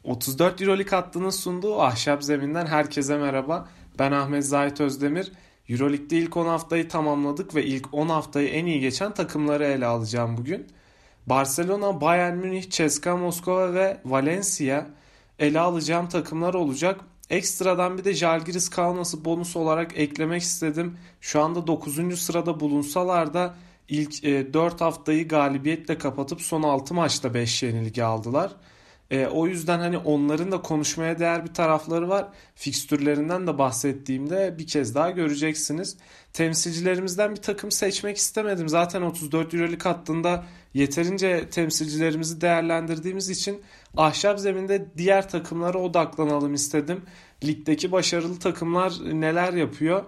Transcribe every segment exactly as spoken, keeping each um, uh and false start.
otuz dört Euroleague hattının sunduğu Ahşap Zemin'den herkese merhaba. Ben Ahmet Zahit Özdemir. Euroleague'de ilk on haftayı tamamladık ve ilk on haftayı en iyi geçen takımları ele alacağım bugün. Barcelona, Bayern Münih, C S K A Moskova ve Valencia ele alacağım takımlar olacak. Ekstradan bir de Žalgiris Kaunas'ı bonus olarak eklemek istedim. Şu anda dokuzuncu sırada bulunsalar da ilk e, dört haftayı galibiyetle kapatıp son altı maçta beş yenilgi aldılar. E, o yüzden hani onların da konuşmaya değer bir tarafları var. Fikstürlerinden de bahsettiğimde bir kez daha göreceksiniz. Temsilcilerimizden bir takım seçmek istemedim. Zaten otuz dört Euroleague hattında yeterince temsilcilerimizi değerlendirdiğimiz için ahşap zeminde diğer takımlara odaklanalım istedim. Ligdeki başarılı takımlar neler yapıyor?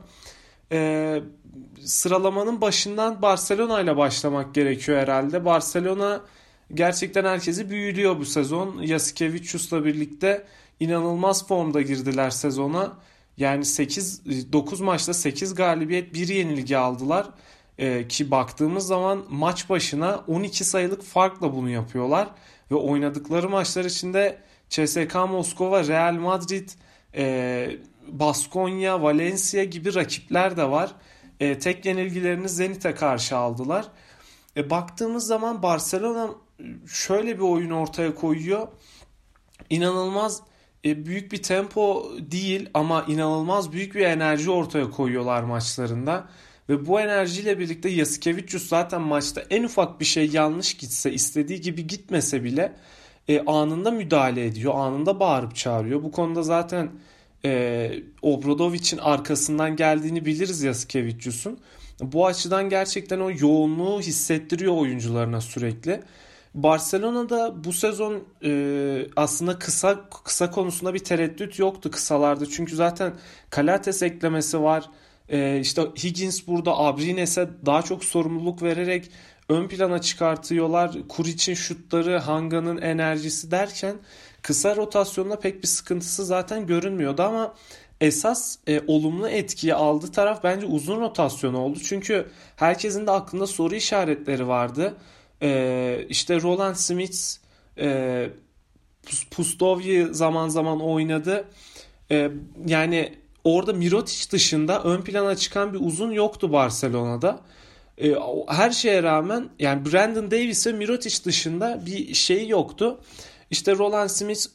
E, Sıralamanın başından Barcelona ile başlamak gerekiyor herhalde. Barcelona gerçekten herkesi büyülüyor bu sezon. Jasikevicius'la birlikte inanılmaz formda girdiler sezona. Yani sekiz dokuz maçta sekiz galibiyet bir yenilgi aldılar. Ee, ki baktığımız zaman maç başına on iki sayılık farkla bunu yapıyorlar. Ve oynadıkları maçlar içinde C S K A Moskova, Real Madrid, e, Baskonya, Valencia gibi rakipler de var. E, tek yenilgilerini Zenit'e karşı aldılar. E, baktığımız zaman Barcelona şöyle bir oyun ortaya koyuyor. İnanılmaz e, büyük bir tempo değil ama inanılmaz büyük bir enerji ortaya koyuyorlar maçlarında. Ve bu enerjiyle birlikte Jasikevicius zaten maçta en ufak bir şey yanlış gitse, istediği gibi gitmese bile e, anında müdahale ediyor. Anında bağırıp çağırıyor. Bu konuda zaten e, Obradovic'in arkasından geldiğini biliriz Jasikevicius'un. Bu açıdan gerçekten o yoğunluğu hissettiriyor oyuncularına sürekli. Barcelona'da bu sezon e, aslında kısa kısa konusunda bir tereddüt yoktu kısalarda. Çünkü zaten Calathes eklemesi var. E, işte Higgins burada Abrines'e daha çok sorumluluk vererek ön plana çıkartıyorlar. Kuric'in şutları, Hanga'nın enerjisi derken kısa rotasyonda pek bir sıkıntısı zaten görünmüyordu ama esas e, olumlu etkiyi aldığı taraf bence uzun rotasyon oldu. Çünkü herkesin de aklında soru işaretleri vardı. E, işte Roland Smith, e, Pustovyi zaman zaman oynadı. E, yani orada Mirotic dışında ön plana çıkan bir uzun yoktu Barcelona'da. E, her şeye rağmen yani Brandon Davis ve Mirotic dışında bir şey yoktu. İşte Roland Smith,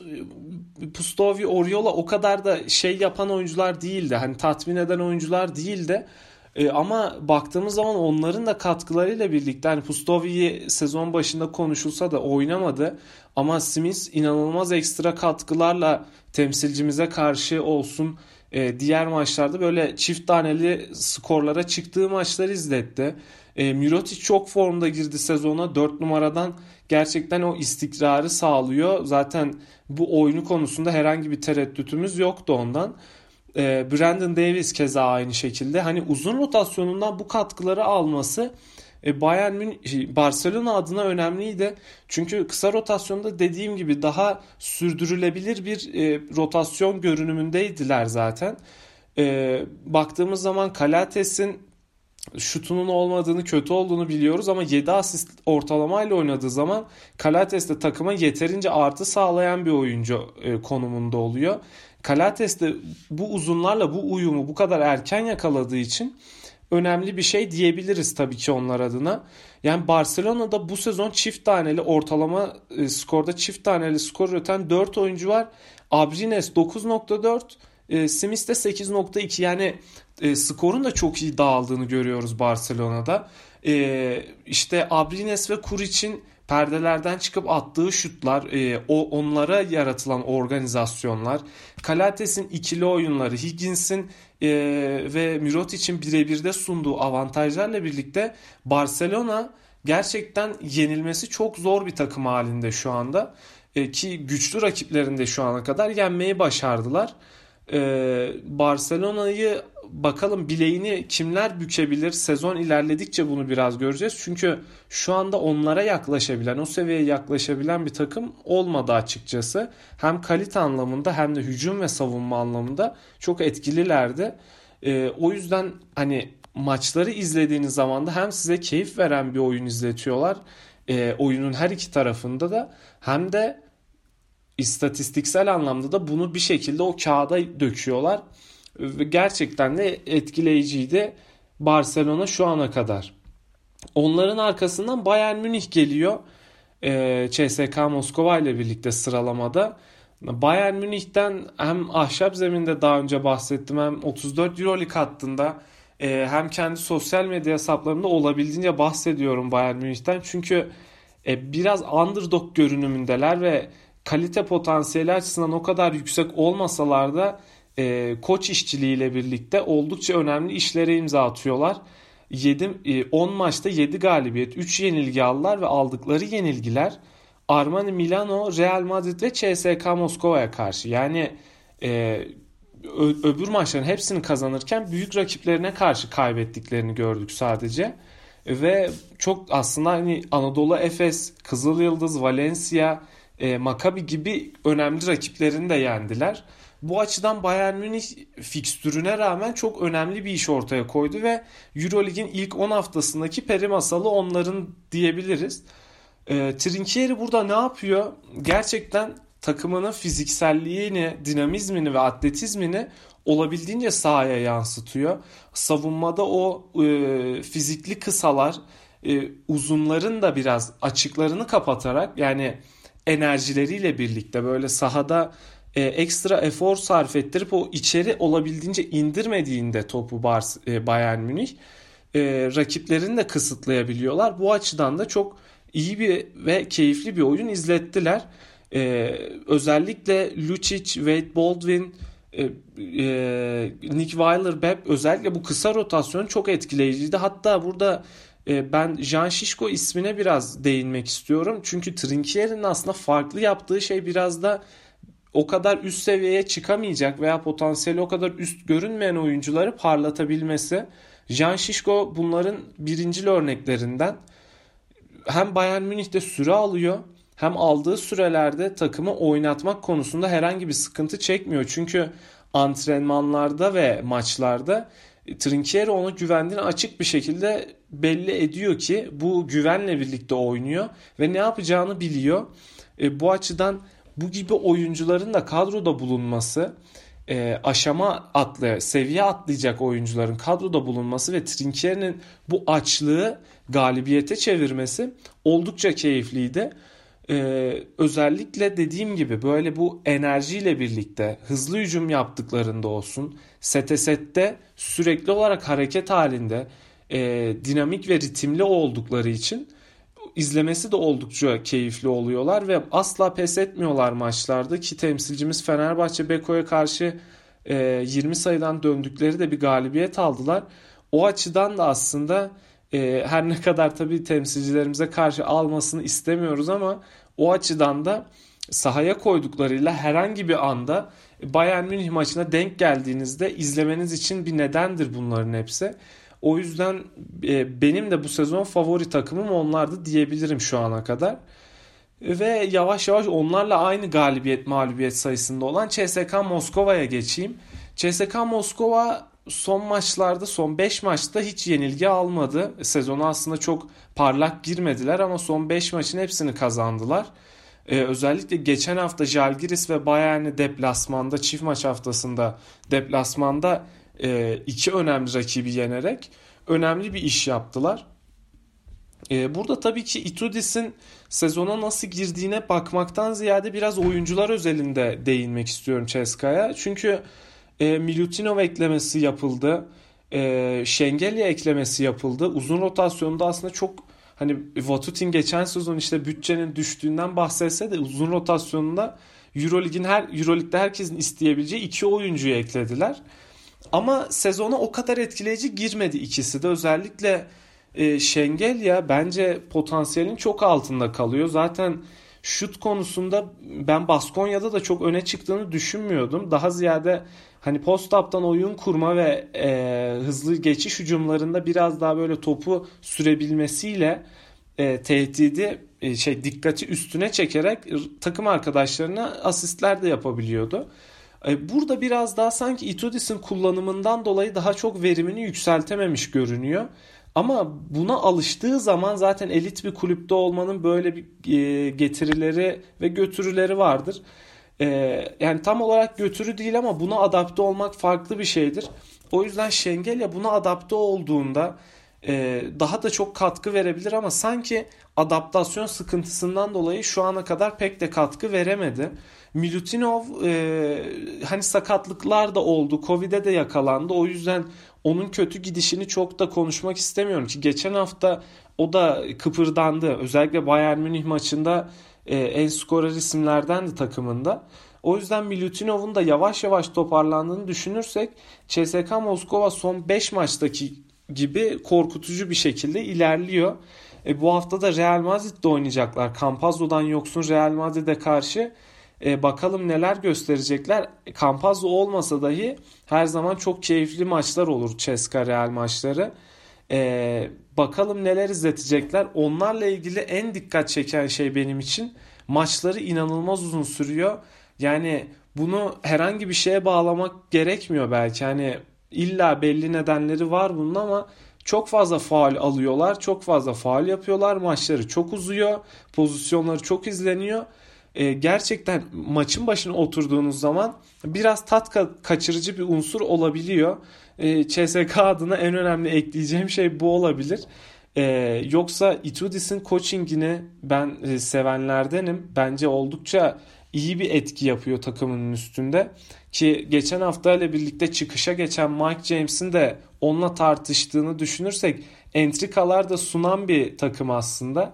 Pustovy, Oriola o kadar da şey yapan oyuncular değildi. Hani tatmin eden oyuncular değildi. E, ama baktığımız zaman onların da katkılarıyla birlikte hani Pustovy'yi sezon başında konuşulsa da oynamadı. Ama Smith inanılmaz ekstra katkılarla temsilcimize karşı olsun e, diğer maçlarda böyle çift taneli skorlara çıktığı maçları izletti. E, Mirotic çok formda girdi sezona. Dört numaradan gerçekten o istikrarı sağlıyor. Zaten bu oyunu konusunda herhangi bir tereddütümüz yoktu ondan. E, Brandon Davis keza aynı şekilde. Hani uzun rotasyonundan bu katkıları alması e, Bayern Münih, Barcelona adına önemliydi. Çünkü kısa rotasyonda dediğim gibi daha sürdürülebilir bir e, rotasyon görünümündeydiler zaten. E, baktığımız zaman Calates'in şutunun olmadığını, kötü olduğunu biliyoruz ama yedi asist ortalamayla oynadığı zaman Calathes de takıma yeterince artı sağlayan bir oyuncu e, konumunda oluyor. Calathes de bu uzunlarla bu uyumu bu kadar erken yakaladığı için önemli bir şey diyebiliriz tabii ki onlar adına. Yani Barcelona'da bu sezon çift taneli ortalama e, skorda çift taneli skor üreten dört oyuncu var. Abrines dokuz nokta dört, e, Smith de sekiz nokta iki, yani e, skorun da çok iyi dağıldığını görüyoruz Barcelona'da. E, işte Abrines ve Kuric'in perdelerden çıkıp attığı şutlar, e, o onlara yaratılan organizasyonlar, Calates'in ikili oyunları, Higgins'in e, ve Mirotic'in birebir sunduğu avantajlarla birlikte Barcelona gerçekten yenilmesi çok zor bir takım halinde şu anda. E, ki güçlü rakiplerinde şu ana kadar yenmeyi başardılar. Ee, Barcelona'yı bakalım bileğini kimler bükebilir, sezon ilerledikçe bunu biraz göreceğiz. Çünkü şu anda onlara yaklaşabilen, o seviyeye yaklaşabilen bir takım olmadı açıkçası. Hem kalite anlamında hem de hücum ve savunma anlamında çok etkililerdi. Ee, o yüzden hani maçları izlediğiniz zaman da hem size keyif veren bir oyun izletiyorlar, e, oyunun her iki tarafında da, hem de istatistiksel anlamda da bunu bir şekilde o kağıda döküyorlar. Ve gerçekten de etkileyiciydi Barcelona şu ana kadar. Onların arkasından Bayern Münih geliyor. E, C S K A Moskova ile birlikte sıralamada. Bayern Münih'ten hem ahşap zeminde daha önce bahsettim, hem otuz dört Euroleague hattında, e, hem kendi sosyal medya hesaplarımda olabildiğince bahsediyorum Bayern Münih'ten. Çünkü e, biraz underdog görünümündeler ve kalite potansiyeli açısından o kadar yüksek olmasalar da e, koç işçiliğiyle birlikte oldukça önemli işlere imza atıyorlar. yedi, on maçta yedi galibiyet, üç yenilgi aldılar ve aldıkları yenilgiler Armani Milano, Real Madrid ve C S K A Moskova'ya karşı. Yani e, öbür maçların hepsini kazanırken büyük rakiplerine karşı kaybettiklerini gördük sadece. Ve çok aslında hani Anadolu Efes, Kızılyıldız, Valencia, e, Maccabi gibi önemli rakiplerini de yendiler. Bu açıdan Bayern Münih fikstürüne rağmen çok önemli bir iş ortaya koydu ve Euroleague'in ilk on haftasındaki peri masalı onların diyebiliriz. E, Trinchieri burada ne yapıyor? Gerçekten takımının fizikselliğini, dinamizmini ve atletizmini olabildiğince sahaya yansıtıyor. Savunmada o e, fizikli kısalar, e, uzunların da biraz açıklarını kapatarak, yani enerjileriyle birlikte böyle sahada e, ekstra efor sarf ettirip o içeri olabildiğince indirmediğinde topu Bar, e, Bayern Münih e, rakiplerini de kısıtlayabiliyorlar. Bu açıdan da çok iyi bir ve keyifli bir oyun izlettiler. E, özellikle Lucic, Wade Baldwin, e, e, Nick Weiler-Bepp özellikle bu kısa rotasyon çok etkileyiciydi. Hatta burada e, ben Jan Šiško ismine biraz değinmek istiyorum. Çünkü Trinchieri'nin aslında farklı yaptığı şey biraz da o kadar üst seviyeye çıkamayacak veya potansiyeli o kadar üst görünmeyen oyuncuları parlatabilmesi. Jan Šiško bunların birincil örneklerinden. Hem Bayern Münih'te süre alıyor, hem aldığı sürelerde takımı oynatmak konusunda herhangi bir sıkıntı çekmiyor. Çünkü antrenmanlarda ve maçlarda Trinchieri ona güvendiğini açık bir şekilde belli ediyor ki bu güvenle birlikte oynuyor ve ne yapacağını biliyor. E, bu açıdan bu gibi oyuncuların da kadroda bulunması, e, aşama atlı, seviye atlayacak oyuncuların kadroda bulunması ve Trinchieri'nin bu açlığı galibiyete çevirmesi oldukça keyifliydi. Ee, özellikle dediğim gibi böyle bu enerjiyle birlikte hızlı hücum yaptıklarında olsun, sete sette sürekli olarak hareket halinde, e, dinamik ve ritimli oldukları için izlemesi de oldukça keyifli oluyorlar ve asla pes etmiyorlar maçlarda. Ki temsilcimiz Fenerbahçe Beko'ya karşı e, yirmi sayıdan döndükleri de bir galibiyet aldılar. O açıdan da aslında e, her ne kadar tabii temsilcilerimize karşı almasını istemiyoruz ama o açıdan da sahaya koyduklarıyla herhangi bir anda Bayern Münih maçına denk geldiğinizde izlemeniz için bir nedendir bunların hepsi. O yüzden e, benim de bu sezon favori takımım onlardı diyebilirim şu ana kadar. Ve yavaş yavaş onlarla aynı galibiyet mağlubiyet sayısında olan C S K A Moskova'ya geçeyim. C S K A Moskova son maçlarda, son beş maçta hiç yenilgi almadı. Sezona aslında çok parlak girmediler ama son beş maçın hepsini kazandılar. Ee, özellikle geçen hafta Žalgiris ve Bayern'i deplasmanda, çift maç haftasında deplasmanda e, iki önemli rakibi yenerek önemli bir iş yaptılar. Ee, burada tabii ki Itudis'in sezona nasıl girdiğine bakmaktan ziyade biraz oyuncular özelinde değinmek istiyorum C S K A'ya. Çünkü e, Milutinov eklemesi yapıldı. E, Şengelya eklemesi yapıldı. Uzun rotasyonda aslında çok, hani Vatutin geçen sezon işte bütçenin düştüğünden bahsetse de uzun rotasyonunda Euroleague'in her Euroleague'de herkesin isteyebileceği iki oyuncuyu eklediler. Ama sezona o kadar etkileyici girmedi ikisi de. Özellikle e, Şengelya bence potansiyelin çok altında kalıyor. Zaten şut konusunda ben Baskonya'da da çok öne çıktığını düşünmüyordum. Daha ziyade hani post-up'tan oyun kurma ve e, hızlı geçiş hücumlarında biraz daha böyle topu sürebilmesiyle e, tehdidi e, şey dikkati üstüne çekerek takım arkadaşlarına asistler de yapabiliyordu. E, burada biraz daha sanki Itudis'in kullanımından dolayı daha çok verimini yükseltememiş görünüyor. Ama buna alıştığı zaman zaten elit bir kulüpte olmanın böyle bir e, getirileri ve götürüleri vardır. Ee, yani tam olarak götürü değil ama buna adapte olmak farklı bir şeydir. O yüzden Şengelya buna adapte olduğunda e, daha da çok katkı verebilir ama sanki adaptasyon sıkıntısından dolayı şu ana kadar pek de katkı veremedi. Milutinov e, hani sakatlıklar da oldu, Covid'e de yakalandı. O yüzden onun kötü gidişini çok da konuşmak istemiyorum ki geçen hafta o da kıpırdandı. Özellikle Bayern Münih maçında e, en skorer isimlerdendi takımında. O yüzden Milutinov'un da yavaş yavaş toparlandığını düşünürsek C S K A Moskova son beş maçtaki gibi korkutucu bir şekilde ilerliyor. E, bu hafta da Real Madrid'de oynayacaklar. Campazzo'dan yoksun Real Madrid'e karşı. E, bakalım neler gösterecekler. Campazzo olmasa dahi her zaman çok keyifli maçlar olur C S K A Real maçları. E, bakalım neler izletecekler. Onlarla ilgili en dikkat çeken şey benim için maçları inanılmaz uzun sürüyor. Yani bunu herhangi bir şeye bağlamak gerekmiyor belki. Hani illa belli nedenleri var bunun ama çok fazla faul alıyorlar. Çok fazla faul yapıyorlar. Maçları çok uzuyor. Pozisyonları çok izleniyor. Ee, gerçekten maçın başına oturduğunuz zaman biraz tat ka- kaçırıcı bir unsur olabiliyor. Ee, C S K A adına en önemli ekleyeceğim şey bu olabilir. Ee, yoksa Itudis'in coachingini ben e, sevenlerdenim. Bence oldukça iyi bir etki yapıyor takımının üstünde. Ki geçen hafta ile birlikte çıkışa geçen Mike James'in de onunla tartıştığını düşünürsek entrikalar da sunan bir takım aslında.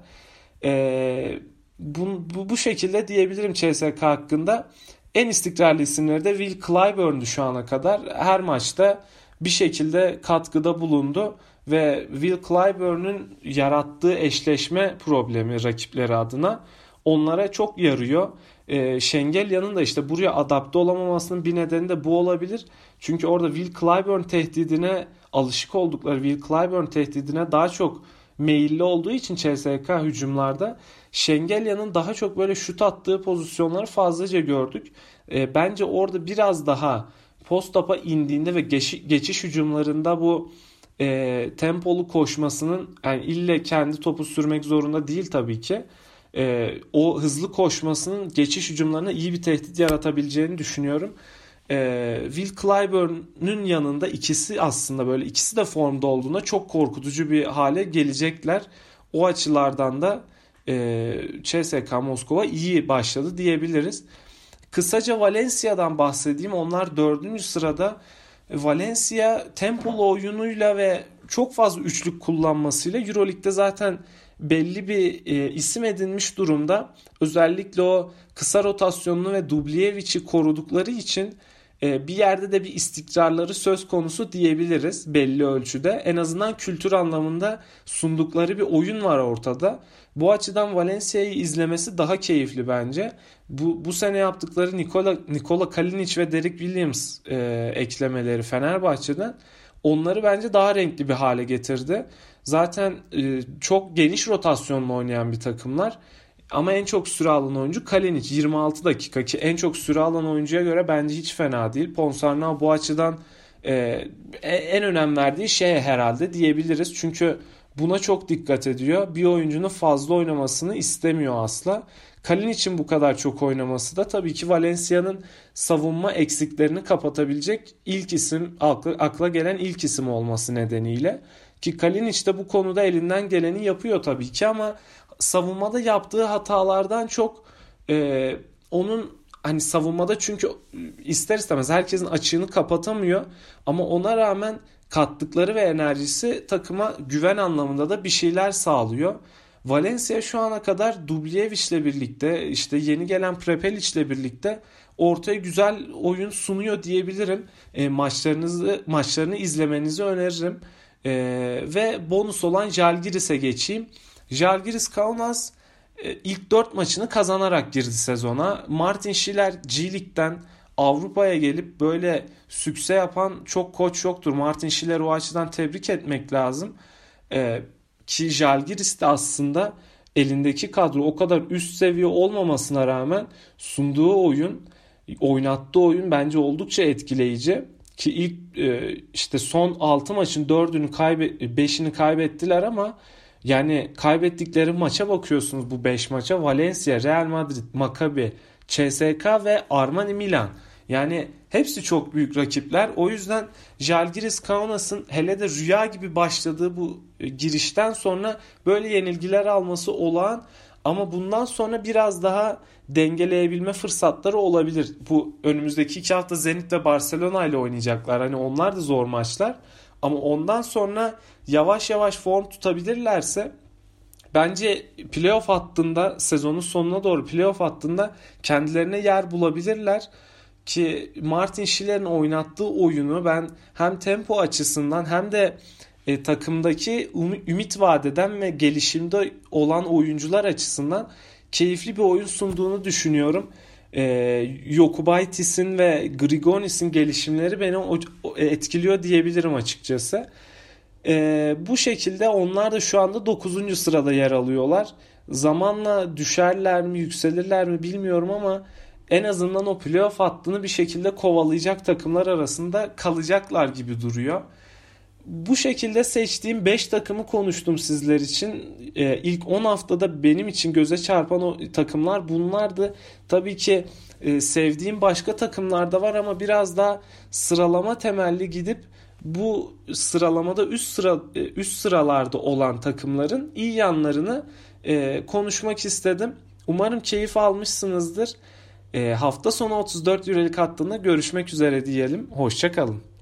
Ee, bu, bu, bu şekilde diyebilirim C S K hakkında. En istikrarlı isimleri de Will Clyburn'du şu ana kadar. Her maçta bir şekilde katkıda bulundu ve Will Clyburn'un yarattığı eşleşme problemi rakipleri adına onlara çok yarıyor. E, Şengelya'nın da işte buraya adapte olamamasının bir nedeni de bu olabilir. Çünkü orada Will Clyburn tehdidine alışık oldukları Will Clyburn tehdidine daha çok meyilli olduğu için C S K hücumlarda Şengelya'nın daha çok böyle şut attığı pozisyonları fazlaca gördük. E, bence orada biraz daha post-up'a indiğinde ve geç, geçiş hücumlarında bu e, tempolu koşmasının yani ille kendi topu sürmek zorunda değil tabii ki. E, o hızlı koşmasının geçiş hücumlarına iyi bir tehdit yaratabileceğini düşünüyorum. E, Will Clyburn'un yanında ikisi aslında böyle ikisi de formda olduğunda çok korkutucu bir hale gelecekler. O açılardan da e, C S K A Moskova iyi başladı diyebiliriz. Kısaca Valencia'dan bahsedeyim. Onlar dördüncü sırada. Valencia tempolu oyunuyla ve çok fazla üçlük kullanmasıyla Euroleague'de zaten belli bir e, isim edinmiş durumda. Özellikle o kısa rotasyonunu ve Dubljevic'i korudukları için e, bir yerde de bir istikrarları söz konusu diyebiliriz belli ölçüde. En azından kültür anlamında sundukları bir oyun var ortada. Bu açıdan Valencia'yı izlemesi daha keyifli bence. Bu, bu sene yaptıkları Nikola, Nikola Kalinic ve Derek Williams e, eklemeleri Fenerbahçe'den onları bence daha renkli bir hale getirdi. Zaten e, çok geniş rotasyonla oynayan bir takımlar. Ama en çok süre alan oyuncu Kalinic yirmi altı dakika ki en çok süre alan oyuncuya göre bence hiç fena değil. Ponsarnau bu açıdan e, en önem verdiği şey herhalde diyebiliriz. Çünkü buna çok dikkat ediyor. Bir oyuncunun fazla oynamasını istemiyor asla. Kalinic'in bu kadar çok oynaması da tabii ki Valencia'nın savunma eksiklerini kapatabilecek ilk isim, akla, akla gelen ilk isim olması nedeniyle. Ki Kalinic de bu konuda elinden geleni yapıyor tabii ki ama savunmada yaptığı hatalardan çok e, onun hani savunmada çünkü ister istemez herkesin açığını kapatamıyor ama ona rağmen kattıkları ve enerjisi takıma güven anlamında da bir şeyler sağlıyor. Valencia şu ana kadar Dubljevic'le birlikte işte yeni gelen Prepelić'le birlikte ortaya güzel oyun sunuyor diyebilirim. E, maçlarınızı maçlarını izlemenizi öneririm. E, ve bonus olan Žalgiris'e geçeyim. Žalgiris Kaunas e, ilk dört maçını kazanarak girdi sezona. Martin Schiller G League'den Avrupa'ya gelip böyle sükse yapan çok koç yoktur. Martin Schiller'i o açıdan tebrik etmek lazım. E, ki Žalgiris de aslında elindeki kadro o kadar üst seviye olmamasına rağmen sunduğu oyun, oynattığı oyun bence oldukça etkileyici. Ki ilk e, işte son altı maçın dördünü kaybet beşini kaybettiler ama yani kaybettikleri maça bakıyorsunuz bu beş maça. Valencia, Real Madrid, Maccabi, C S K A ve Armani Milan. Yani hepsi çok büyük rakipler. O yüzden Žalgiris Kaunas'ın hele de rüya gibi başladığı bu girişten sonra böyle yenilgiler alması olağan. Ama bundan sonra biraz daha dengeleyebilme fırsatları olabilir. Bu önümüzdeki iki hafta Zenit ve Barcelona ile oynayacaklar. Hani onlar da zor maçlar. Ama ondan sonra yavaş yavaş form tutabilirlerse bence playoff hattında, sezonun sonuna doğru playoff hattında kendilerine yer bulabilirler. Ki Martin Schiller'in oynattığı oyunu ben hem tempo açısından hem de e, takımdaki ümit vadeden ve gelişimde olan oyuncular açısından keyifli bir oyun sunduğunu düşünüyorum. E, Jokubaitis'in ve Grigonis'in gelişimleri beni o, o, etkiliyor diyebilirim açıkçası. E, bu şekilde onlar da şu anda dokuzuncu sırada yer alıyorlar. Zamanla düşerler mi, yükselirler mi bilmiyorum ama en azından o playoff hattını bir şekilde kovalayacak takımlar arasında kalacaklar gibi duruyor. Bu şekilde seçtiğim beş takımı konuştum sizler için. Ee, ilk on haftada benim için göze çarpan o takımlar bunlardı. Tabii ki e, sevdiğim başka takımlar da var ama biraz daha sıralama temelli gidip bu sıralamada üst sıra üst sıralarda olan takımların iyi yanlarını e, konuşmak istedim. Umarım keyif almışsınızdır. E, hafta sonu otuz dört Euroleague hattında görüşmek üzere diyelim. Hoşça kalın.